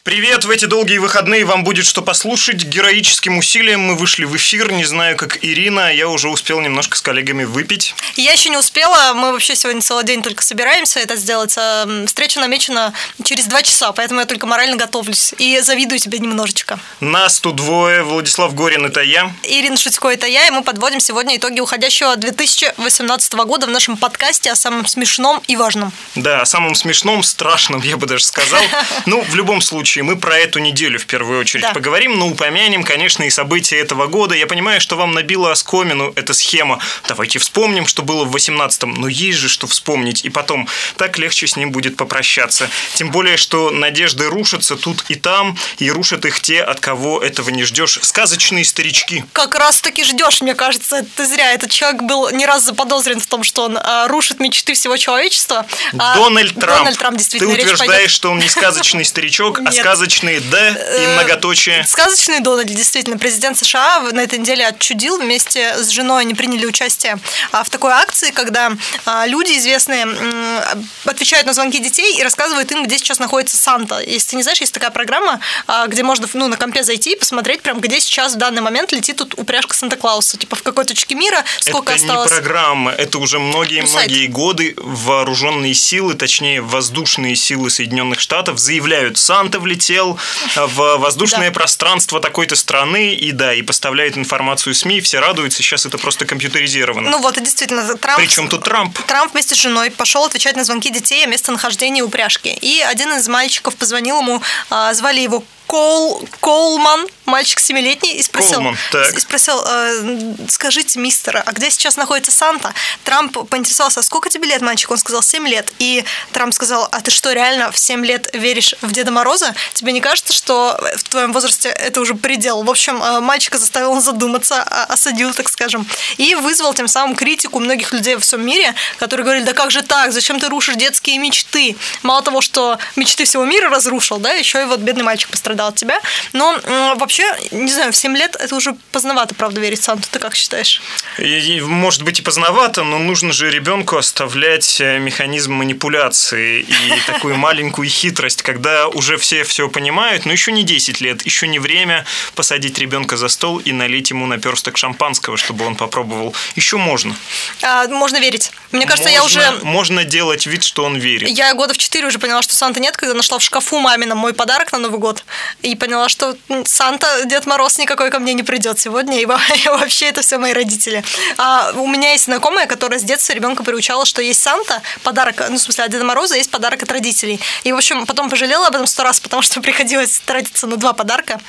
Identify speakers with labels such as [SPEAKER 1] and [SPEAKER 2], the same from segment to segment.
[SPEAKER 1] Привет! В эти долгие выходные вам будет что послушать. Героическим усилием мы вышли в эфир. Не знаю, как Ирина, я уже успел немножко с коллегами выпить.
[SPEAKER 2] Я еще не успела. Мы вообще сегодня целый день только собираемся это сделать. Встреча намечена через 2 часа, поэтому я только морально готовлюсь. И завидую тебе немножечко.
[SPEAKER 1] Нас тут двое. Владислав Горин, это я.
[SPEAKER 2] Ирина Шутько, это я. И мы подводим сегодня итоги уходящего 2018 года в нашем подкасте о самом смешном и важном.
[SPEAKER 1] Да, о самом смешном, страшном, я бы даже сказал. Ну, в любом случае, мы про эту неделю в первую очередь поговорим, но упомянем, конечно, и события этого года. Я понимаю, что вам набила оскомину эта схема. Давайте вспомним, что было в 18-м. Но есть же что вспомнить. И потом так легче с ним будет попрощаться. Тем более, что надежды рушатся тут и там, и рушат их те, от кого этого не ждешь. Сказочные старички.
[SPEAKER 2] Как раз таки ждешь, мне кажется. Ты зря. Этот человек был не раз заподозрен в том, что он рушит мечты всего человечества.
[SPEAKER 1] Дональд Трамп.
[SPEAKER 2] Действительно.
[SPEAKER 1] Ты утверждаешь, что он не сказочный старичок, а сказочный и многоточие.
[SPEAKER 2] Сказочный Дональд, действительно. Президент США на этой неделе отчудил. Вместе с женой они приняли участие в такой акции, когда люди известные отвечают на звонки детей и рассказывают им, где сейчас находится Санта. Если ты не знаешь, есть такая программа, где можно на компе зайти и посмотреть, прям, где сейчас в данный момент летит тут упряжка Санта-Клауса. Типа в какой точке мира, сколько осталось.
[SPEAKER 1] Это не программа, это уже многие-многие годы вооруженные силы, точнее воздушные силы Соединенных Штатов заявляют: Санта влетел в воздушное пространство такой-то страны и поставляет информацию СМИ, все радуются, сейчас это просто компьютеризировано.
[SPEAKER 2] Ну вот, и действительно,
[SPEAKER 1] Причем тут Трамп?
[SPEAKER 2] Трамп вместе с женой пошел отвечать на звонки детей о местонахождении упряжки. И один из мальчиков позвонил ему, звали его Коулман, мальчик 7-летний, и спросил, скажите, мистер, а где сейчас находится Санта? Трамп поинтересовался: сколько тебе лет, мальчик? Он сказал: 7 лет. И Трамп сказал: а ты что, реально в 7 лет веришь в Деда Мороза? Тебе не кажется, что в твоем возрасте это уже предел? В общем, мальчика заставил он задуматься, осадил, так скажем, и вызвал тем самым критику многих людей во всем мире, которые говорили: да как же так, зачем ты рушишь детские мечты? Мало того, что мечты всего мира разрушил, да, еще и вот бедный мальчик пострадал от тебя. Но вообще, не знаю, в 7 лет это уже поздновато, правда, верить в Санту. Ты как считаешь?
[SPEAKER 1] Может быть и поздновато, но нужно же ребенку оставлять механизм манипуляции и такую маленькую хитрость, когда уже все понимают, но еще не 10 лет, еще не время посадить ребенка за стол и налить ему наперсток шампанского, чтобы он попробовал. Еще можно.
[SPEAKER 2] Можно верить. Мне кажется,
[SPEAKER 1] Можно делать вид, что он верит.
[SPEAKER 2] Я года в 4 уже поняла, что Санта нет, когда нашла в шкафу мамином мой подарок на Новый год. И поняла, что Санта, Дед Мороз никакой ко мне не придет сегодня, и вообще это все мои родители. У меня есть знакомая, которая с детства ребенка приучала, что есть Санта, подарок, в смысле, от Деда Мороза есть подарок от родителей. И, в общем, потом пожалела об этом 100 раз, потому что приходилось тратиться на 2 подарка.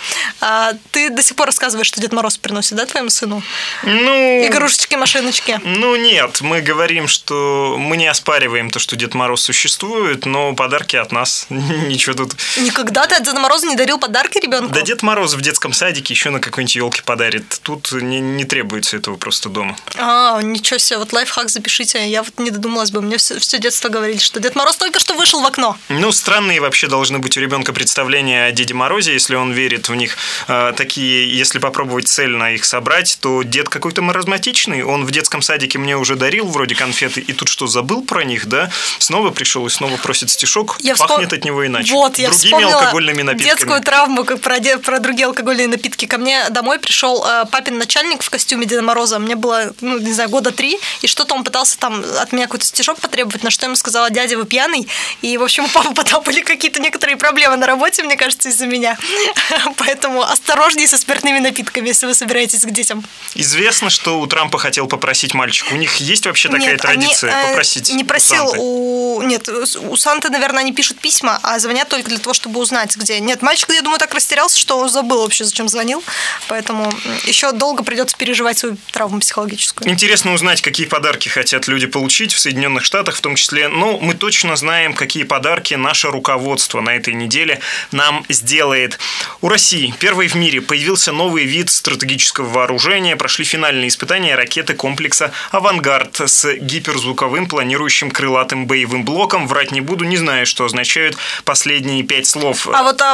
[SPEAKER 2] Ты до сих пор рассказываешь, что Дед Мороз приносит, да, твоему сыну? Игрушечки, машиночки.
[SPEAKER 1] Нет, мы говорим, что мы не оспариваем то, что Дед Мороз существует, но подарки от нас. Ничего тут.
[SPEAKER 2] Никогда ты от Деда Мороза не дарил подарки ребенку?
[SPEAKER 1] Да Дед Мороз в детском садике еще на какой-нибудь елке подарит. Тут не требуется этого просто дома.
[SPEAKER 2] Ничего себе, вот лайфхак запишите. Я вот не додумалась бы. Мне все детство говорили, что Дед Мороз только что вышел в окно.
[SPEAKER 1] Странные вообще должны быть у ребенка представления о Деде Морозе, если он верит в них. Такие, если попробовать цельно их собрать, то дед какой-то маразматичный. Он в детском садике мне уже дарил вроде конфеты, и тут что, забыл про них, да? Снова пришел и снова просит стишок. Пахнет от него иначе.
[SPEAKER 2] Вот, я
[SPEAKER 1] другими алкогольными напитками.
[SPEAKER 2] Детскую травму, как про другие алкогольные напитки. Ко мне домой пришел папин начальник в костюме Деда Мороза. Мне было, не знаю, года 3, и что-то он пытался там от меня какой-то стишок потребовать, на что я ему сказала: дядя, вы пьяный. И, в общем, у папы потом были какие-то некоторые проблемы на работе, мне кажется, из-за меня. Поэтому осторожней со спиртными напитками, если вы собираетесь к детям.
[SPEAKER 1] Известно, что у Трампа хотел попросить мальчик. У них есть вообще такая традиция попросить?
[SPEAKER 2] Не просил. Нет, у Санты, наверное, они пишут письма, а звонят только для того, чтобы узнать, где. Нет, мальчик, я думаю, так растерялся, что он забыл вообще, зачем звонил. Поэтому еще долго придется переживать свою травму психологическую.
[SPEAKER 1] Интересно узнать, какие подарки хотят люди получить в Соединенных Штатах, в том числе. Но мы точно знаем, какие подарки наше руководство на этой неделе нам сделает. У России первой в мире появился новый вид стратегического вооружения. Прошли финальные испытания ракеты комплекса «Авангард» с гиперзвуковым планирующим крылатым боевым блоком. Врать не буду, не знаю, что означают последние 5 слов.
[SPEAKER 2] А вот «Авангард»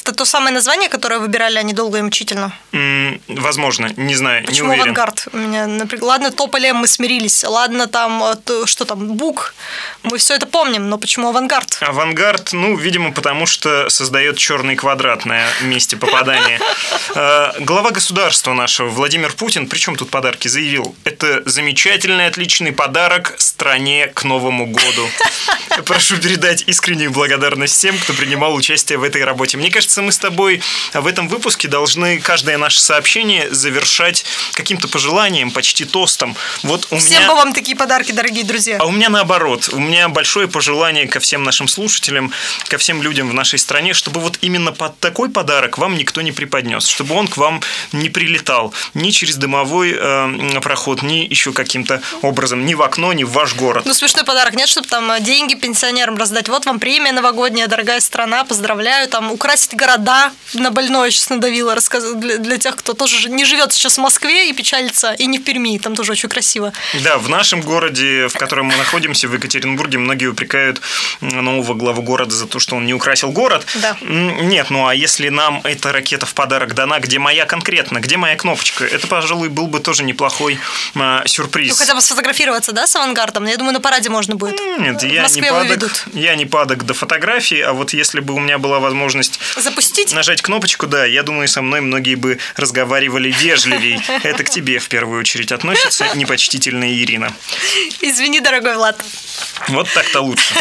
[SPEAKER 2] Это то самое название, которое выбирали они долго и мучительно?
[SPEAKER 1] Возможно, не знаю,
[SPEAKER 2] почему
[SPEAKER 1] не уверен.
[SPEAKER 2] «Авангард»? Меня ладно, «Тополем» мы смирились, ладно, там, что там, «Бук», мы все это помним, но почему «Авангард»?
[SPEAKER 1] «Авангард», видимо, потому что создает черный квадрат на месте попадания. Глава государства нашего Владимир Путин, причем тут подарки, заявил: это замечательный, отличный подарок стране к Новому году. Прошу передать искреннюю благодарность всем, кто принимал участие в этой работе. Мне кажется, мы с тобой в этом выпуске должны каждое наше сообщение завершать каким-то пожеланием, почти тостом.
[SPEAKER 2] Всем бы вам такие подарки, дорогие друзья.
[SPEAKER 1] А у меня наоборот. У меня большое пожелание ко всем нашим слушателям, ко всем людям в нашей стране, чтобы именно под такой подарок вам никто не преподнес, чтобы он к вам не прилетал ни через дымовой проход, ни еще каким-то образом, ни в окно, ни в ваш город.
[SPEAKER 2] Смешной подарок. Нет, чтобы там деньги пенсионерам раздать. Вот вам премия новогодняя, дорогая страна, поздравляю. Там украсить города, на больное сейчас надавила, для тех, кто тоже не живет сейчас в Москве и печалится, и не в Перми, там тоже очень красиво.
[SPEAKER 1] Да, в нашем городе, в котором мы находимся, в Екатеринбурге, многие упрекают нового главу города за то, что он не украсил город.
[SPEAKER 2] Да.
[SPEAKER 1] Нет, а если нам эта ракета в подарок дана, где моя конкретно, где моя кнопочка, это, пожалуй, был бы тоже неплохой сюрприз.
[SPEAKER 2] Хотя бы сфотографироваться, да, с «Авангардом? Я думаю, на параде можно будет.
[SPEAKER 1] Нет, я не падок до фотографий, а если бы у меня была возможность
[SPEAKER 2] запустить,
[SPEAKER 1] нажать кнопочку, да, я думаю, со мной многие бы разговаривали вежливей. Это к тебе в первую очередь относится, непочтительная Ирина.
[SPEAKER 2] Извини, дорогой Влад.
[SPEAKER 1] Вот так-то лучше.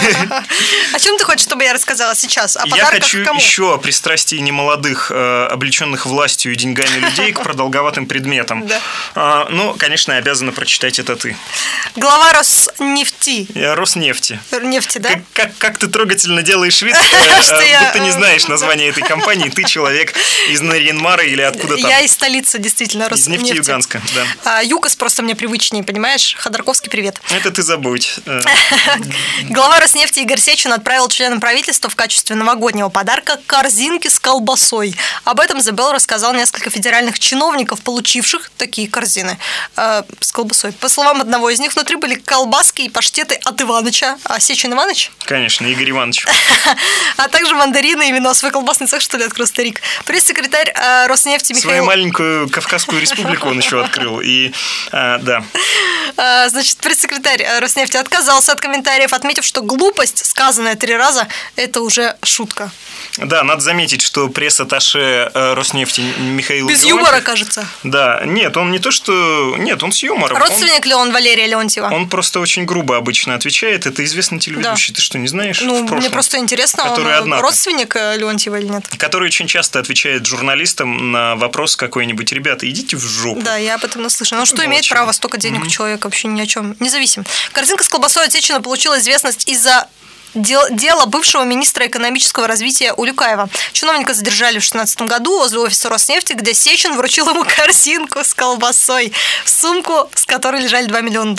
[SPEAKER 2] О чем ты хочешь, чтобы я рассказала сейчас? О подарках
[SPEAKER 1] я хочу
[SPEAKER 2] кому?
[SPEAKER 1] еще о пристрастии немолодых, облеченных властью и деньгами людей к продолговатым предметам.
[SPEAKER 2] Да.
[SPEAKER 1] Конечно, обязана прочитать это ты.
[SPEAKER 2] Глава Роснефти.
[SPEAKER 1] Роснефти.
[SPEAKER 2] Нефти, да?
[SPEAKER 1] Как ты трогательно делаешь вид, будто не знаешь название этой компании. Ты человек из Нарьян-Мара или откуда там?
[SPEAKER 2] Я из столицы, действительно, Роснефти.
[SPEAKER 1] Из Нефтеюганска, да.
[SPEAKER 2] ЮКОС просто мне привычнее, понимаешь? Ходорковский, привет.
[SPEAKER 1] Это ты забудь.
[SPEAKER 2] Глава Роснефти Игорь Сечин отправил членам правительства в качестве новогоднего подарка корзинки с колбасой. Об этом The Bell рассказал несколько федеральных чиновников, получивших такие корзины с колбасой. По словам одного из них, внутри были колбаски и паштеты от Иваныча. А Сечин Иваныч?
[SPEAKER 1] Конечно, Игорь Иванович.
[SPEAKER 2] А также мандарины и вино. Свой колбасный цех, что ли, открыл старик. Пресс-секретарь Роснефти Михаил...
[SPEAKER 1] Свою маленькую Кавказскую республику он еще открыл. И, да.
[SPEAKER 2] Значит, пресс-секретарь Роснефти отказался от комментариев, отметив, что глупость, сказанная 3 раза, это уже шутка.
[SPEAKER 1] Да, надо заметить, что пресс-атташе Роснефти Михаил
[SPEAKER 2] без
[SPEAKER 1] Леонтьев...
[SPEAKER 2] юмора, кажется.
[SPEAKER 1] Да, нет, он не то что... Нет, он с юмором.
[SPEAKER 2] Родственник ли он Валерия Леонтьева?
[SPEAKER 1] Он просто очень грубо обычно отвечает. Это известный телеведущий. Да. Ты что, не знаешь?
[SPEAKER 2] Мне просто интересно, он родственник Леонтьева или нет?
[SPEAKER 1] Который очень часто отвечает журналистам на вопрос какой-нибудь: ребята, идите в жопу.
[SPEAKER 2] Да, я об этом наслышана. Что имеет право, столько денег у человека, вообще ни о чем не зависим. Корзинка с колбасой от Сечина получила известность из-за дело бывшего министра экономического развития Улюкаева. Чиновника задержали в 2016 году возле офиса Роснефти, где Сечин вручил ему корзинку с колбасой, сумку, с которой лежали $2 миллиона.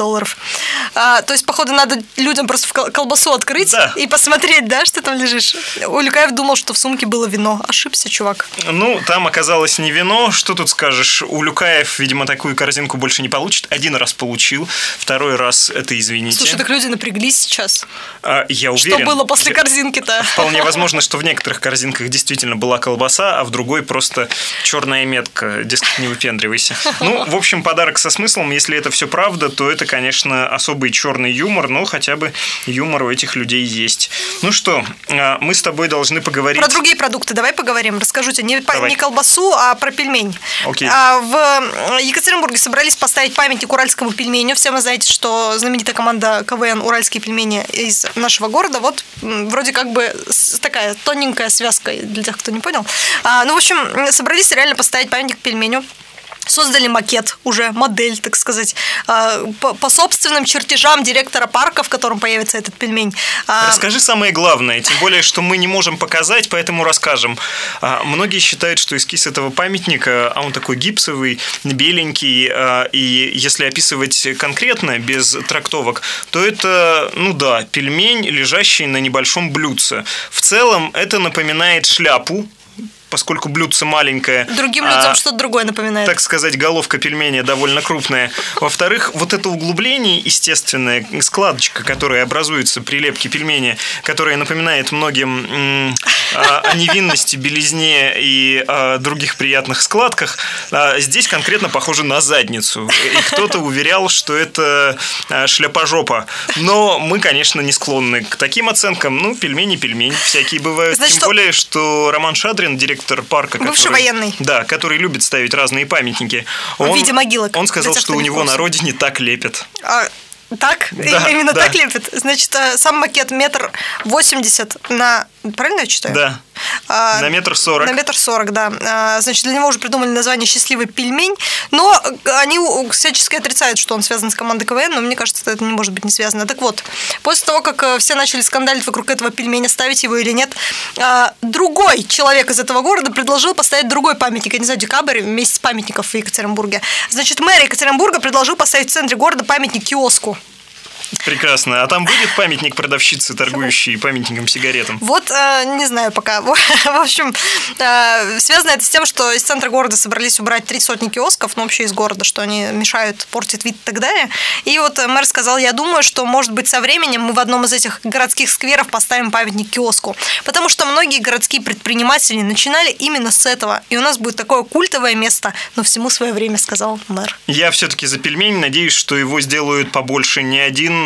[SPEAKER 2] То есть, походу, надо людям просто колбасу открыть и посмотреть, да, что там лежишь. Улюкаев думал, что в сумке было вино. Ошибся, чувак.
[SPEAKER 1] Там оказалось не вино. Что тут скажешь? Улюкаев, видимо, такую корзинку больше не получит. 1 раз получил, 2 раз это извините.
[SPEAKER 2] Слушай, так люди напряглись сейчас.
[SPEAKER 1] Я уверен.
[SPEAKER 2] Что было после корзинки-то?
[SPEAKER 1] Вполне возможно, что в некоторых корзинках действительно была колбаса, а в другой просто черная метка, дескать, не выпендривайся. В общем, подарок со смыслом. Если это все правда, то это, конечно, особый черный юмор, но хотя бы юмор у этих людей есть. Ну что, мы с тобой должны поговорить...
[SPEAKER 2] Про другие продукты давай поговорим. Расскажу тебе не колбасу, а про пельмень.
[SPEAKER 1] Окей.
[SPEAKER 2] В Екатеринбурге собрались поставить памятник уральскому пельменю. Все вы знаете, что знаменитая команда КВН «Уральские пельмени» из нашего города. Вот вроде как бы такая тоненькая связка для тех, кто не понял. В общем, собрались реально поставить памятник пельменю. Создали макет уже, модель, так сказать, по собственным чертежам директора парка, в котором появится этот пельмень.
[SPEAKER 1] Расскажи самое главное, тем более, что мы не можем показать, поэтому расскажем. Многие считают, что эскиз этого памятника, он такой гипсовый, беленький, и если описывать конкретно, без трактовок, то это, пельмень, лежащий на небольшом блюдце. В целом это напоминает шляпу, поскольку блюдце маленькое.
[SPEAKER 2] Другим людям что-то другое напоминает.
[SPEAKER 1] Так сказать, головка пельменя довольно крупная. Во-вторых, вот это углубление естественное, складочка, которая образуется при лепке пельмени, которая напоминает многим о невинности, белизне и других приятных складках, здесь конкретно похоже на задницу. И кто-то уверял, что это шляпожопа. Но мы, конечно, не склонны к таким оценкам. Ну, пельмень, всякие бывают.
[SPEAKER 2] Значит,
[SPEAKER 1] Тем более, что Роман Шадрин, директор парка,
[SPEAKER 2] бывший военный.
[SPEAKER 1] Да, который любит ставить разные памятники.
[SPEAKER 2] В виде могилок.
[SPEAKER 1] Он сказал, что у него на родине так лепят.
[SPEAKER 2] Так?
[SPEAKER 1] Да,
[SPEAKER 2] именно
[SPEAKER 1] да.
[SPEAKER 2] Так лепят? Значит, сам макет 1,80 м на... Правильно я читаю?
[SPEAKER 1] Да. На 1,40 м.
[SPEAKER 2] На 1,40 м, да. Значит, для него уже придумали название «Счастливый пельмень», но они всячески отрицают, что он связан с командой КВН, но мне кажется, это не может быть не связано. Так вот, после того, как все начали скандалить вокруг этого пельменя, ставить его или нет, другой человек из этого города предложил поставить другой памятник, я не знаю, декабрь, месяц памятников в Екатеринбурге. Значит, мэр Екатеринбурга предложил поставить в центре города памятник киоску.
[SPEAKER 1] Прекрасно. А там будет памятник продавщицы, торгующей памятником сигаретам?
[SPEAKER 2] Вот, не знаю пока. В общем, связано это с тем, что из центра города собрались убрать 3 сотни киосков, ну, вообще из города, что они мешают, портят вид и так далее. И вот мэр сказал, я думаю, что, может быть, со временем мы в одном из этих городских скверов поставим памятник киоску. Потому что многие городские предприниматели начинали именно с этого. И у нас будет такое культовое место, но всему свое время, сказал мэр.
[SPEAKER 1] Я все-таки за пельмень. Надеюсь, что его сделают побольше не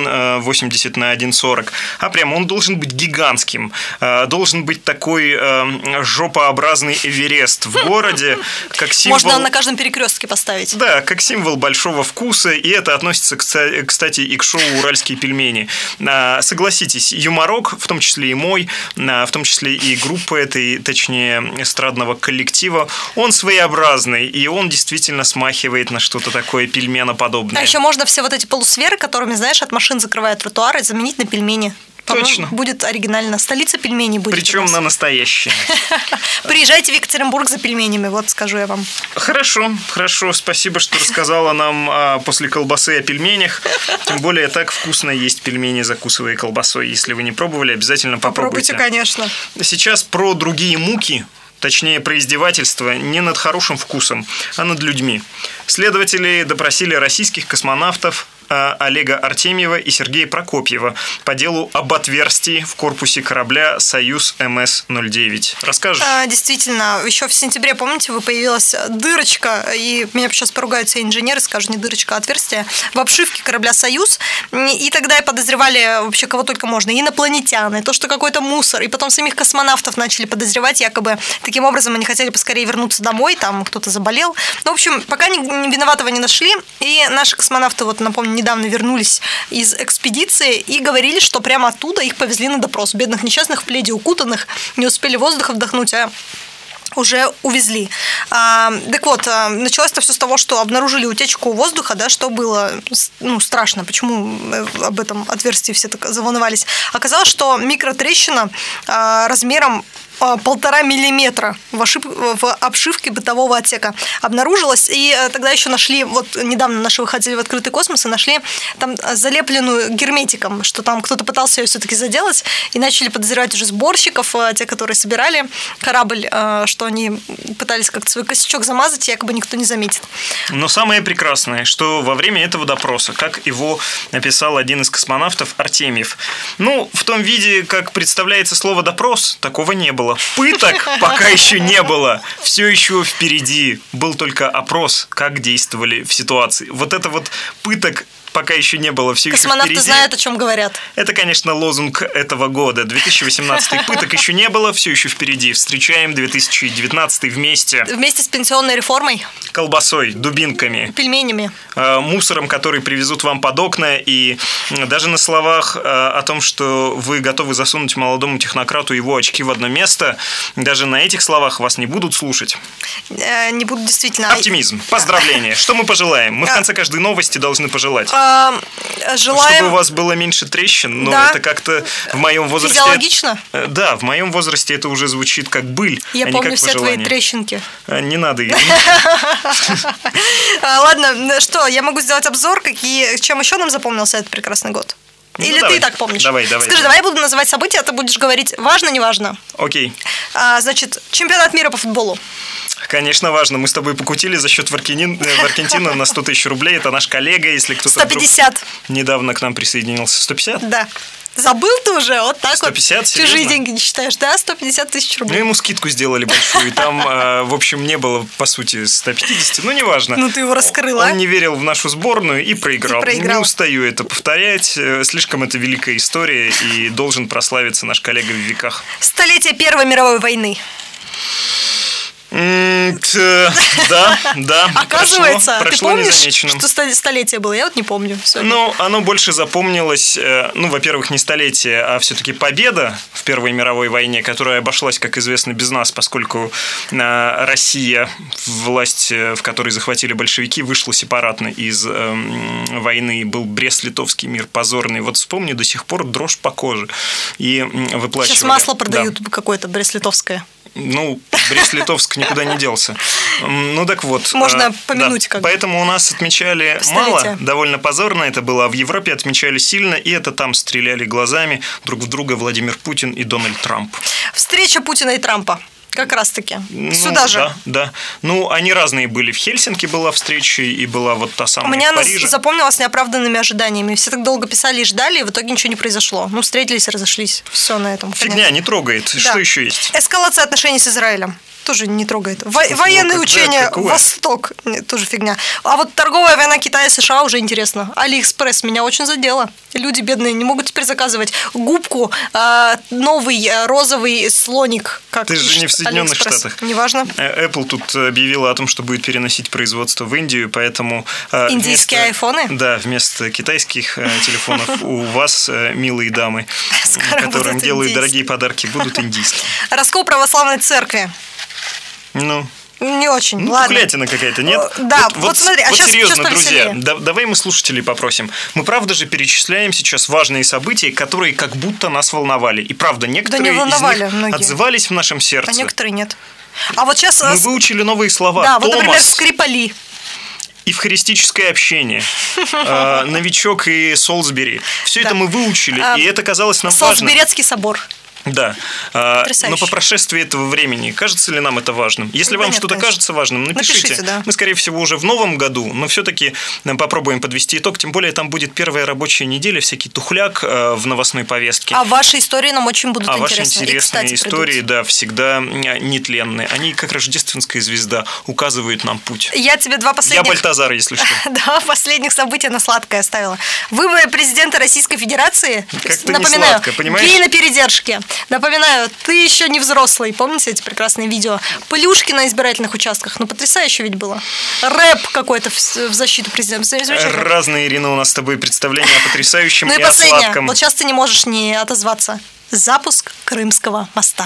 [SPEAKER 1] 1,80 на 1,40, а прям он должен быть гигантским. Должен быть такой жопообразный Эверест в городе, как символ...
[SPEAKER 2] Можно на каждом перекрестке поставить.
[SPEAKER 1] Да, как символ большого вкуса, и это относится, кстати, и к шоу «Уральские пельмени». Согласитесь, юморок, в том числе и мой, в том числе и группы этой, точнее, эстрадного коллектива, он своеобразный, и он действительно смахивает на что-то такое пельменоподобное.
[SPEAKER 2] А еще можно все вот эти полусферы, которыми, знаешь, от машин закрывают тротуары, заменить на пельмени.
[SPEAKER 1] Точно.
[SPEAKER 2] Будет оригинально. Столица пельменей будет.
[SPEAKER 1] Причем на настоящие.
[SPEAKER 2] Приезжайте в Екатеринбург за пельменями, вот скажу я вам.
[SPEAKER 1] Хорошо. Спасибо, что рассказала нам после колбасы о пельменях. Тем более так вкусно есть пельмени, закусывая колбасой. Если вы не пробовали, обязательно попробуйте.
[SPEAKER 2] Попробуйте, конечно.
[SPEAKER 1] Сейчас про другие муки. Точнее, про издевательство не над хорошим вкусом, а над людьми. Следователи допросили российских космонавтов Олега Артемьева и Сергея Прокопьева по делу об отверстии в корпусе корабля «Союз МС-09». Расскажешь?
[SPEAKER 2] Действительно, еще в сентябре, помните, появилась дырочка, и меня сейчас поругают все инженеры, скажут, не дырочка, а отверстие, в обшивке корабля «Союз», и тогда и подозревали вообще кого только можно, и инопланетян, и то, что какой-то мусор, и потом самих космонавтов начали подозревать, якобы таким образом они хотели поскорее вернуться домой, там кто-то заболел. Ну, в общем, пока виноватого не нашли, и наши космонавты, вот напомню, недавно вернулись из экспедиции и говорили, что прямо оттуда их повезли на допрос. Бедных несчастных в пледе укутанных, не успели воздуха вдохнуть, а уже увезли. Так вот, началось это все с того, что обнаружили утечку воздуха, да, что было страшно, почему об этом отверстии все так заволновались. Оказалось, что микротрещина размером 1,5 миллиметра в обшивке бытового отсека обнаружилась. И тогда еще нашли, вот недавно наши выходили в открытый космос и нашли там залепленную герметиком, что там кто-то пытался ее все-таки заделать, и начали подозревать уже сборщиков, те, которые собирали корабль, что они пытались как-то свой косячок замазать, и якобы никто не заметит.
[SPEAKER 1] Но самое прекрасное, что во время этого допроса, как его написал один из космонавтов, Артемьев, в том виде, как представляется слово «допрос», такого не было. Пыток пока еще не было. Все еще впереди. Был только опрос, как действовали в ситуации. Вот это вот пыток пока еще не было, все еще впереди.
[SPEAKER 2] Космонавты знают, о чем говорят.
[SPEAKER 1] Это, конечно, лозунг этого года. 2018 пыток еще не было, все еще впереди. Встречаем 2019 вместе.
[SPEAKER 2] Вместе с пенсионной реформой.
[SPEAKER 1] Колбасой, дубинками.
[SPEAKER 2] Пельменями.
[SPEAKER 1] Мусором, который привезут вам под окна. И даже на словах о том, что вы готовы засунуть молодому технократу его очки в одно место, даже на этих словах вас не будут слушать.
[SPEAKER 2] Не будут действительно.
[SPEAKER 1] Оптимизм. Поздравления. Что мы пожелаем? Мы в конце каждой новости должны пожелать.
[SPEAKER 2] Желаем...
[SPEAKER 1] Чтобы у вас было меньше трещин, но да. Это как-то в моем возрасте...
[SPEAKER 2] Физиологично?
[SPEAKER 1] Да, в моем возрасте это уже звучит как быль,
[SPEAKER 2] Я помню все твои трещинки.
[SPEAKER 1] Не надо их.
[SPEAKER 2] Ладно, что, я могу сделать обзор, чем еще нам запомнился этот прекрасный год? Или ты так помнишь?
[SPEAKER 1] Давай.
[SPEAKER 2] Скажи, давай я буду называть события, а ты будешь говорить важно, не важно.
[SPEAKER 1] Окей.
[SPEAKER 2] Значит, чемпионат мира по футболу.
[SPEAKER 1] Конечно, важно. Мы с тобой покутили за счет Варкентина на 100 тысяч рублей. Это наш коллега, если кто-то
[SPEAKER 2] 150.
[SPEAKER 1] Недавно к нам присоединился. 150?
[SPEAKER 2] Да. Забыл ты уже? Вот так
[SPEAKER 1] 150,
[SPEAKER 2] вот.
[SPEAKER 1] серьезно?
[SPEAKER 2] Чужие деньги не считаешь, да? 150 тысяч рублей.
[SPEAKER 1] Ну, ему скидку сделали большую. И там, в общем, не было, по сути, 150. Ну, неважно.
[SPEAKER 2] Ну, ты его раскрыла.
[SPEAKER 1] Он не верил в нашу сборную и проиграл. Не устаю это повторять. Слишком это великая история, и должен прославиться наш коллега в веках.
[SPEAKER 2] Столетие Первой мировой войны.
[SPEAKER 1] Да.
[SPEAKER 2] Оказывается,
[SPEAKER 1] прошло
[SPEAKER 2] ты помнишь,
[SPEAKER 1] незамеченным.
[SPEAKER 2] что столетие было? Я вот не помню.
[SPEAKER 1] Ну, оно больше запомнилось, во-первых, не столетие, а все-таки победа в Первой мировой войне, которая обошлась, как известно, без нас, поскольку Россия, власть, в которой захватили большевики, вышла сепаратно из войны. Был Брест-Литовский мир позорный. Вот вспомню, до сих пор дрожь по коже. И выплачивали.
[SPEAKER 2] Сейчас масло продают какое-то Брест-Литовское.
[SPEAKER 1] Ну, Брест-Литовск никуда не делся. Ну, так вот.
[SPEAKER 2] Можно помянуть как бы.
[SPEAKER 1] Поэтому у нас отмечали мало, довольно позорно это было, а в Европе отмечали сильно, и это там стреляли глазами друг в друга Владимир Путин и Дональд Трамп.
[SPEAKER 2] Встреча Путина и Трампа. Как раз-таки. Сюда же.
[SPEAKER 1] Да. Ну, они разные были. В Хельсинки была встреча, и была вот та самая в Париже.
[SPEAKER 2] У меня запомнилась неоправданными ожиданиями. Все так долго писали и ждали, и в итоге ничего не произошло. Ну, встретились и разошлись. Все на этом.
[SPEAKER 1] Фигня, не трогает. Да. Что еще есть?
[SPEAKER 2] Эскалация отношений с Израилем. Тоже не трогает. Военные учения Восток. Тоже фигня. А вот торговая война Китая и США уже интересно. Алиэкспресс меня очень задело. Люди бедные не могут теперь заказывать губку, новый розовый слоник. Как
[SPEAKER 1] ты же не в Соединенных Штатах.
[SPEAKER 2] Неважно.
[SPEAKER 1] Apple тут объявила о том, что будет переносить производство в Индию, поэтому...
[SPEAKER 2] Индийские айфоны?
[SPEAKER 1] Да, вместо китайских телефонов у вас, милые дамы, которым делают дорогие подарки, будут индийские.
[SPEAKER 2] Раскол православной церкви.
[SPEAKER 1] Ну...
[SPEAKER 2] Не очень,
[SPEAKER 1] ну,
[SPEAKER 2] ладно.
[SPEAKER 1] тухлятина какая-то, нет?
[SPEAKER 2] Да, вот смотри,
[SPEAKER 1] вот
[SPEAKER 2] сейчас
[SPEAKER 1] серьезно, друзья,
[SPEAKER 2] повеселее.
[SPEAKER 1] давай мы слушателей попросим. Мы правда же перечисляем сейчас важные события, которые как будто нас волновали. И правда, некоторые из них отзывались в нашем сердце.
[SPEAKER 2] А некоторые нет. А вот сейчас...
[SPEAKER 1] Мы выучили новые слова.
[SPEAKER 2] Да, вот, например, Скрипали.
[SPEAKER 1] Евхаристическое общение, новичок и Солсбери. Все это мы выучили, и это казалось нам важным.
[SPEAKER 2] Солсберецкий собор.
[SPEAKER 1] Да, но по прошествии этого времени кажется ли нам это важным? Если вам что-то кажется важным, напишите.
[SPEAKER 2] Да.
[SPEAKER 1] Мы, скорее всего, уже в новом году, но все-таки попробуем подвести итог. Тем более, там будет первая рабочая неделя, всякий тухляк в новостной повестке.
[SPEAKER 2] А ваши истории нам очень будут интересны.
[SPEAKER 1] А ваши интересные истории, да, всегда нетленные. Они, как рождественская звезда, указывают нам путь.
[SPEAKER 2] Я тебе два последних...
[SPEAKER 1] Я Бальтазар, если что.
[SPEAKER 2] Два последних события на сладкое оставила. Выборы президента Российской Федерации.
[SPEAKER 1] Как-то не сладко, понимаешь?
[SPEAKER 2] Гей на передержке. Напоминаю, ты еще не взрослый. Помните эти прекрасные видео? Плюшки на избирательных участках. Ну, потрясающе ведь было. Рэп какой-то в защиту президента.
[SPEAKER 1] Разные, Ирина, у нас с тобой представления о потрясающем
[SPEAKER 2] и
[SPEAKER 1] о сладком.
[SPEAKER 2] Вот сейчас ты не можешь не отозваться. Запуск Крымского моста.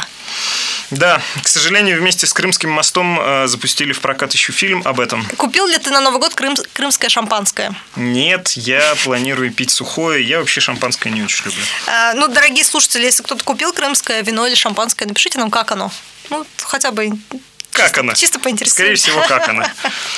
[SPEAKER 1] Да, к сожалению, вместе с Крымским мостом запустили в прокат еще фильм об этом.
[SPEAKER 2] Купил ли ты на Новый год крымское шампанское?
[SPEAKER 1] Нет, я планирую пить сухое. Я вообще шампанское не очень люблю.
[SPEAKER 2] Ну, дорогие слушатели, если кто-то купил крымское вино или шампанское, напишите нам, как оно. Ну, хотя бы...
[SPEAKER 1] Как она?
[SPEAKER 2] Чисто поинтересуюсь.
[SPEAKER 1] Скорее всего, как она.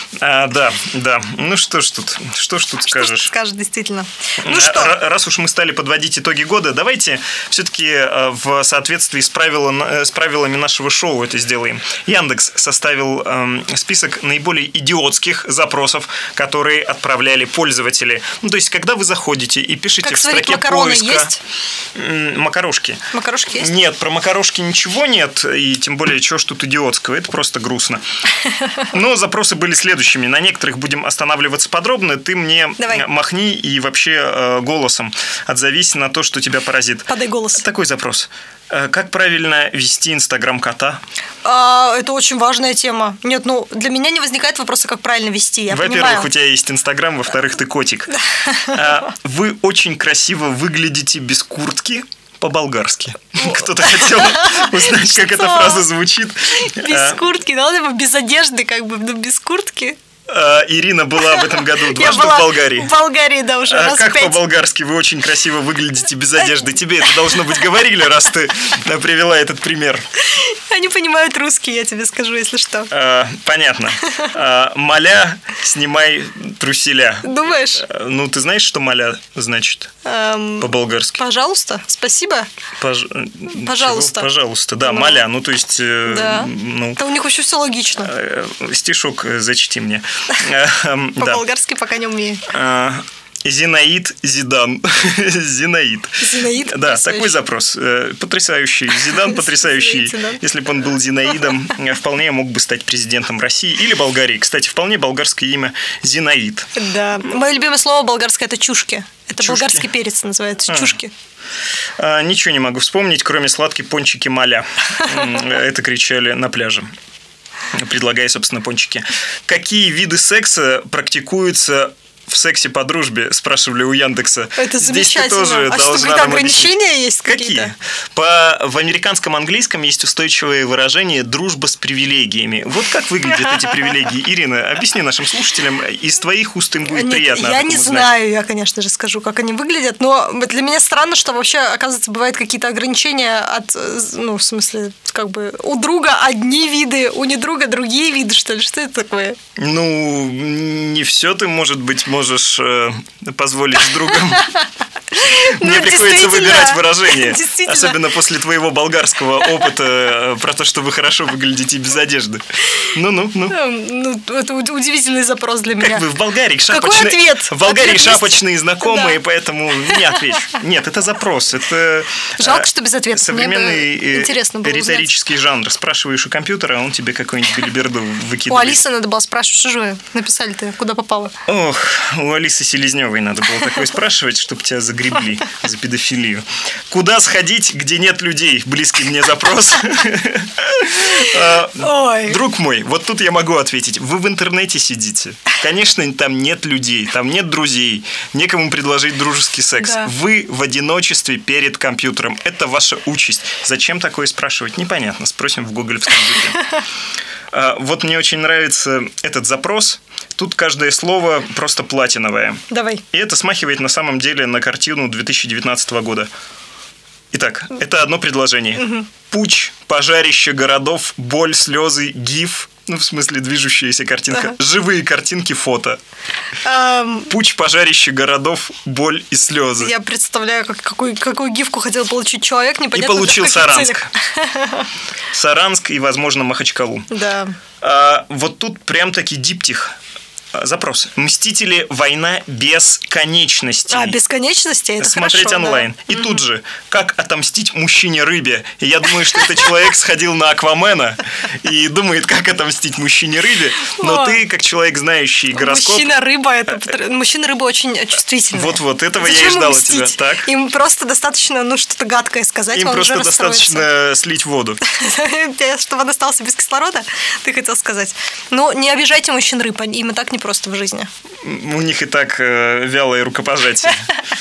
[SPEAKER 1] Да. Ну что ж тут скажешь?
[SPEAKER 2] Что скажешь, действительно.
[SPEAKER 1] Ну что? Раз уж мы стали подводить итоги года, давайте все-таки в соответствии с правилами нашего шоу это сделаем. Яндекс составил список наиболее идиотских запросов, которые отправляли пользователи. Ну, то есть, когда вы заходите и пишете в строке поиска...
[SPEAKER 2] Есть?
[SPEAKER 1] Макарошки.
[SPEAKER 2] Макарошки есть?
[SPEAKER 1] Нет, про макарошки ничего нет, и тем более, чего ж тут идиотского. Это просто грустно. Но запросы были следующими. На некоторых будем останавливаться подробно. Ты мне махни и вообще голосом отзовись на то, что тебя поразит.
[SPEAKER 2] Подай голос.
[SPEAKER 1] Такой запрос. Как правильно вести Инстаграм кота?
[SPEAKER 2] Это очень важная тема. Нет, для меня не возникает вопроса, как правильно вести.
[SPEAKER 1] Во-первых, у тебя есть Инстаграм, во-вторых, ты котик. Вы очень красиво выглядите без куртки. По-болгарски. Кто-то хотел узнать, как эта фраза звучит.
[SPEAKER 2] Без куртки, без одежды, как бы, без куртки.
[SPEAKER 1] Ирина была в этом году дважды в Болгарии.
[SPEAKER 2] В Болгарии, да, уже раз
[SPEAKER 1] как
[SPEAKER 2] 5.
[SPEAKER 1] по-болгарски вы очень красиво выглядите без одежды. Тебе это должно быть говорили, раз ты привела этот пример.
[SPEAKER 2] Они понимают русский, я тебе скажу, если что.
[SPEAKER 1] Понятно. Маля, снимай труселя.
[SPEAKER 2] Думаешь?
[SPEAKER 1] Ну, ты знаешь, что маля значит по-болгарски?
[SPEAKER 2] Пожалуйста, спасибо. Пожалуйста.
[SPEAKER 1] Пожалуйста, да, маля. Ну, то есть...
[SPEAKER 2] Да. Да у них вообще все логично.
[SPEAKER 1] Стишок зачти мне.
[SPEAKER 2] По-болгарски пока не умею.
[SPEAKER 1] Зинаид Зидан. Зинаид. Да, такой запрос. Потрясающий. Зидан потрясающий. Если бы он был Зинаидом, вполне мог бы стать президентом России или Болгарии. Кстати, вполне болгарское имя Зинаид.
[SPEAKER 2] Да. Мое любимое слово болгарское – это чушки. Это чушки. Болгарский перец называется. Чушки.
[SPEAKER 1] Ничего не могу вспомнить, кроме сладкой пончики маля. Это кричали на пляже, предлагая, собственно, пончики. Какие виды секса практикуются в сексе по дружбе, спрашивали у Яндекса.
[SPEAKER 2] Это замечательно.
[SPEAKER 1] Здесь ты тоже должна
[SPEAKER 2] какие-то ограничения есть какие-то?
[SPEAKER 1] В американском английском есть устойчивое выражение «дружба с привилегиями». Вот как выглядят эти привилегии? Ирина, объясни нашим слушателям, из твоих уст им будет приятно.
[SPEAKER 2] Я не знаю, я, конечно же, скажу, как они выглядят, но для меня странно, что вообще, оказывается, бывают какие-то ограничения от, ну, в смысле, как бы у друга одни виды, у недруга другие виды, что ли? Что это такое?
[SPEAKER 1] Ну, не все ты, может быть, можешь позволить с другом. Мне приходится выбирать выражение. Особенно после твоего болгарского опыта про то, что вы хорошо выглядите без одежды. Ну.
[SPEAKER 2] Ну, это удивительный запрос для меня.
[SPEAKER 1] Как вы в Болгарии шапочные...
[SPEAKER 2] Какой ответ?
[SPEAKER 1] В Болгарии шапочные знакомые, поэтому не отвечу. Нет, это запрос. Это
[SPEAKER 2] жалко, что без ответа.
[SPEAKER 1] Современный
[SPEAKER 2] риторический
[SPEAKER 1] жанр. Спрашиваешь у компьютера, а он тебе какую-нибудь белиберду выкидывает.
[SPEAKER 2] У Алисы надо было спрашивать, что же вы написали-то, куда попало?
[SPEAKER 1] Ох, у Алисы Селезневой надо было такое спрашивать, чтобы тебя загребли за педофилию. Куда сходить, где нет людей? Близкий мне запрос. Друг мой, вот тут я могу ответить. Вы в интернете сидите. Конечно, там нет людей, там нет друзей, некому предложить дружеский секс. Да. Вы в одиночестве перед компьютером. Это ваша участь. Зачем такое спрашивать? Непонятно. Спросим в гуглевском языке. Вот мне очень нравится этот запрос. Тут каждое слово просто платиновое.
[SPEAKER 2] Давай.
[SPEAKER 1] И это смахивает на самом деле на картину 2019 года. Итак, это одно предложение. Угу. Путь, пожарище городов, боль, слезы, гиф. Ну, в смысле, движущаяся картинка. Ага. Живые картинки, фото. Путь, пожарище городов, боль и слезы.
[SPEAKER 2] Я представляю, какую гифку хотел получить человек, непонятно.
[SPEAKER 1] И получил Саранск. Саранск и, возможно, Махачкалу.
[SPEAKER 2] Да.
[SPEAKER 1] Вот тут прям-таки диптих. Запрос. «Мстители. Война без конечностей».
[SPEAKER 2] Бесконечности? Это
[SPEAKER 1] смотреть
[SPEAKER 2] хорошо,
[SPEAKER 1] онлайн. Да. И тут же, как отомстить мужчине-рыбе. И я думаю, что этот человек сходил на Аквамена и думает, как отомстить мужчине-рыбе. Но ты, как человек, знающий гороскоп...
[SPEAKER 2] Мужчина-рыба очень чувствительный.
[SPEAKER 1] Вот, этого я и ждал от тебя. Так?
[SPEAKER 2] Им просто достаточно, что-то гадкое сказать,
[SPEAKER 1] им просто достаточно слить воду.
[SPEAKER 2] Чтобы он остался без кислорода, ты хотел сказать. Ну, не обижайте мужчин-рыб, им и так не просто в жизни.
[SPEAKER 1] У них и так вялое рукопожатие.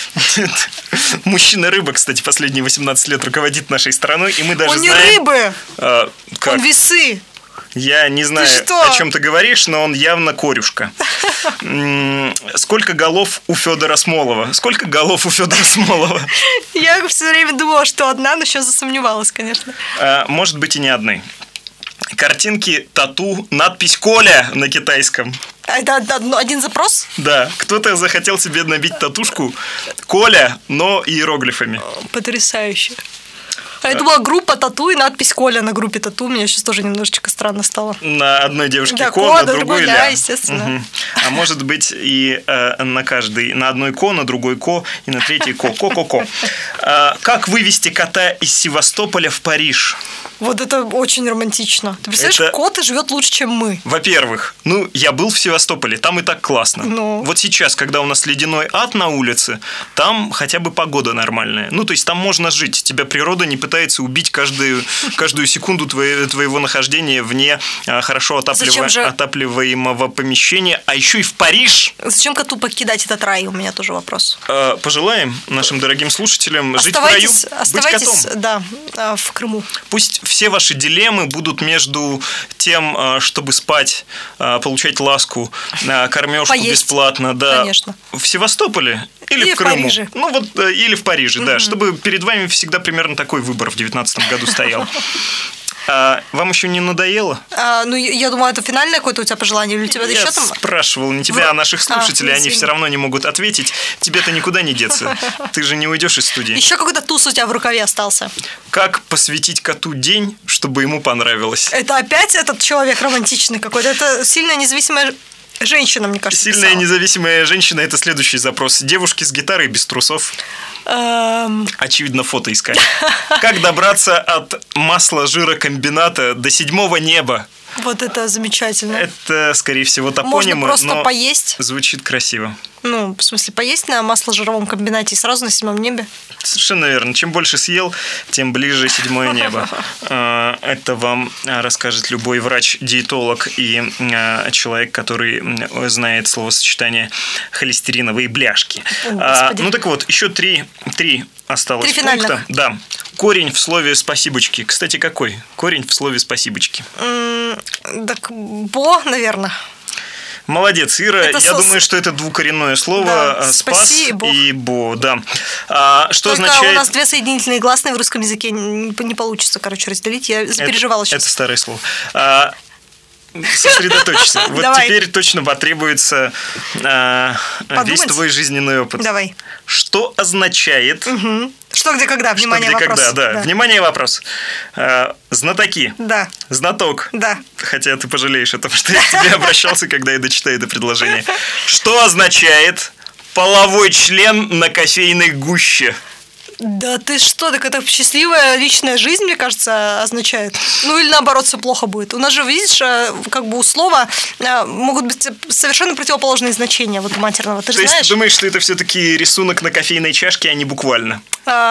[SPEAKER 1] Мужчина-рыба, кстати, последние 18 лет руководит нашей страной, и мы даже знаем...
[SPEAKER 2] Он не рыбы! Он весы!
[SPEAKER 1] Я не знаю, о чем ты говоришь, но он явно корюшка. Сколько голов у Федора Смолова? Сколько голов у Федора Смолова?
[SPEAKER 2] Я все время думала, что одна, но сейчас засомневалась, конечно.
[SPEAKER 1] Может быть, и не одной. Картинки, тату, надпись «Коля» на китайском.
[SPEAKER 2] Это один запрос?
[SPEAKER 1] Да. Кто-то захотел себе набить татушку «Коля», но иероглифами.
[SPEAKER 2] Потрясающе. Это была группа тату и надпись «Коля» на группе тату. Мне сейчас тоже немножечко странно стало.
[SPEAKER 1] На одной девушке
[SPEAKER 2] да,
[SPEAKER 1] «Ко», на другой «Ля».
[SPEAKER 2] Да, естественно.
[SPEAKER 1] Угу. А может быть и на одной «Ко», на другой «Ко» и на третьей «Ко». Ко-ко-ко. Как вывести кота из Севастополя в Париж?
[SPEAKER 2] Вот это очень романтично. Ты представляешь, кот живет лучше, чем мы.
[SPEAKER 1] Во-первых, я был в Севастополе, там и так классно. Вот сейчас, когда у нас ледяной ад на улице, там хотя бы погода нормальная. То есть там можно жить. Тебя природа не пытается убить каждую секунду твоего нахождения вне хорошо отапливаемого помещения. А еще и в Париж.
[SPEAKER 2] Зачем коту покидать этот рай? У меня тоже вопрос.
[SPEAKER 1] Пожелаем нашим дорогим слушателям жить в раю, быть котом.
[SPEAKER 2] Да, в Крыму.
[SPEAKER 1] Пусть все ваши дилеммы будут между тем, чтобы спать, получать ласку, кормежку бесплатно, да.
[SPEAKER 2] Конечно.
[SPEAKER 1] В Севастополе или в Крыму.
[SPEAKER 2] Париже.
[SPEAKER 1] Ну вот, или в Париже, да, чтобы перед вами всегда примерно такой выбор в 2019 году стоял. Вам еще не надоело?
[SPEAKER 2] Ну, я думаю, это финальное какое-то у тебя пожелание, или у тебя
[SPEAKER 1] я
[SPEAKER 2] еще там...
[SPEAKER 1] спрашивал не тебя, а наших слушателей, они все равно не могут ответить. Тебе-то никуда не деться, ты же не уйдешь из студии.
[SPEAKER 2] Еще какой-то туз у тебя в рукаве остался.
[SPEAKER 1] Как посвятить коту день, чтобы ему понравилось?
[SPEAKER 2] Это опять этот человек романтичный какой-то, это сильная независимая... Женщина, мне кажется,
[SPEAKER 1] Сильная независимая женщина – это следующий запрос. Девушки с гитарой без трусов. Очевидно, фото искать. Как добраться от масло-жирокомбината до 7-го неба?
[SPEAKER 2] Вот это замечательно.
[SPEAKER 1] Это, скорее всего, топонимы,
[SPEAKER 2] можно просто поесть.
[SPEAKER 1] Звучит красиво.
[SPEAKER 2] Ну, в смысле, поесть на масло-жировом комбинате и сразу на 7-м небе?
[SPEAKER 1] Совершенно верно. Чем больше съел, тем ближе 7-е небо. Это вам расскажет любой врач-диетолог и человек, который знает словосочетание холестериновые бляшки. Ну так вот, еще три осталось пункта. Да. Корень в слове «спасибочки». Кстати, какой? Корень в слове «спасибочки».
[SPEAKER 2] Так, «бо», наверное.
[SPEAKER 1] Молодец, Ира. Я думаю, что это двукоренное слово. Да, «спас» и «бо». Да. Что
[SPEAKER 2] только
[SPEAKER 1] означает...
[SPEAKER 2] у нас две соединительные гласные в русском языке не получится, разделить. Я запереживала сейчас.
[SPEAKER 1] Это старое слово. Сосредоточься. Вот теперь точно потребуется весь твой жизненный опыт.
[SPEAKER 2] Давай.
[SPEAKER 1] Что означает...
[SPEAKER 2] Что, где, когда? Внимание,
[SPEAKER 1] что, где,
[SPEAKER 2] вопрос.
[SPEAKER 1] Когда, да. Внимание, вопрос. Знатоки.
[SPEAKER 2] Да.
[SPEAKER 1] Знаток.
[SPEAKER 2] Да.
[SPEAKER 1] Хотя ты пожалеешь о том, что я к тебе обращался, когда я дочитаю это предложение. Что означает половой член на кофейной гуще?
[SPEAKER 2] Да ты что, так это счастливая личная жизнь, мне кажется, означает. Ну или наоборот, все плохо будет. У нас же, видишь, как бы у слова могут быть совершенно противоположные значения вот у матерного. Ты же знаешь?
[SPEAKER 1] То есть ты думаешь, что это все-таки рисунок на кофейной чашке, а не буквально?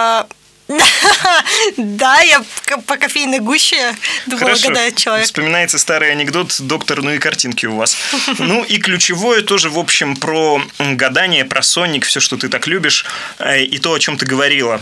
[SPEAKER 2] Да, я по кофейной гуще думала, гадает человек.
[SPEAKER 1] Вспоминается старый анекдот «Доктор, ну и картинки у вас». Ну и ключевое тоже, в общем, про гадание, про сонник, все, что ты так любишь, и то, о чем ты говорила.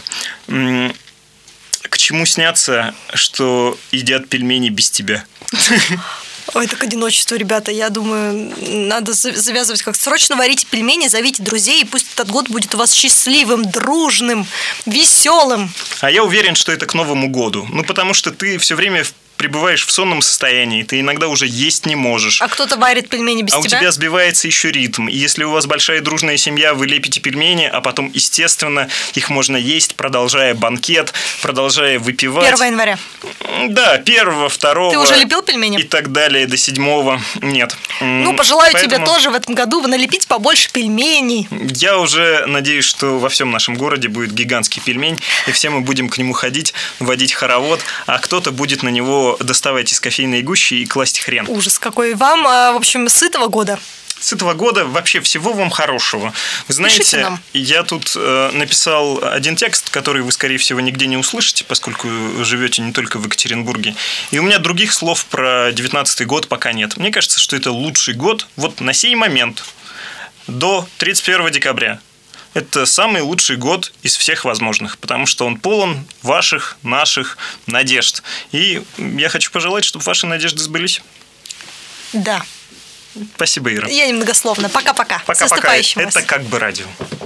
[SPEAKER 1] К чему снятся, что едят пельмени без тебя?
[SPEAKER 2] Ой, так одиночество, ребята. Я думаю, надо завязывать как срочно варите пельмени, зовите друзей, и пусть этот год будет у вас счастливым, дружным, веселым.
[SPEAKER 1] А я уверен, что это к Новому году. Ну, потому что ты все время пребываешь в сонном состоянии, ты иногда уже есть не можешь.
[SPEAKER 2] А кто-то варит пельмени без тебя?
[SPEAKER 1] А у тебя сбивается еще ритм. И если у вас большая дружная семья, вы лепите пельмени, а потом, естественно, их можно есть, продолжая банкет, продолжая выпивать.
[SPEAKER 2] 1 января.
[SPEAKER 1] Да, 1, 2.
[SPEAKER 2] Ты уже лепил пельмени?
[SPEAKER 1] И так далее, до 7. Нет.
[SPEAKER 2] Ну, пожелаю тебе тоже в этом году налепить побольше пельменей.
[SPEAKER 1] Я уже надеюсь, что во всем нашем городе будет гигантский пельмень, и все мы будем к нему ходить, водить хоровод, а кто-то будет на него доставать из кофейной гущи и класть хрен.
[SPEAKER 2] Ужас какой. Вам, в общем, сытого года.
[SPEAKER 1] Сытого года, вообще всего вам хорошего. Вы знаете, я тут написал один текст, который вы, скорее всего, нигде не услышите, поскольку живете не только в Екатеринбурге. И у меня других слов про 19-й год пока нет. Мне кажется, что это лучший год вот на сей момент, до 31 декабря. Это самый лучший год из всех возможных, потому что он полон ваших, наших надежд. И я хочу пожелать, чтобы ваши надежды сбылись.
[SPEAKER 2] Да.
[SPEAKER 1] Спасибо, Ира.
[SPEAKER 2] Я немногословно. Пока-пока.
[SPEAKER 1] Пока-пока. Это как бы радио.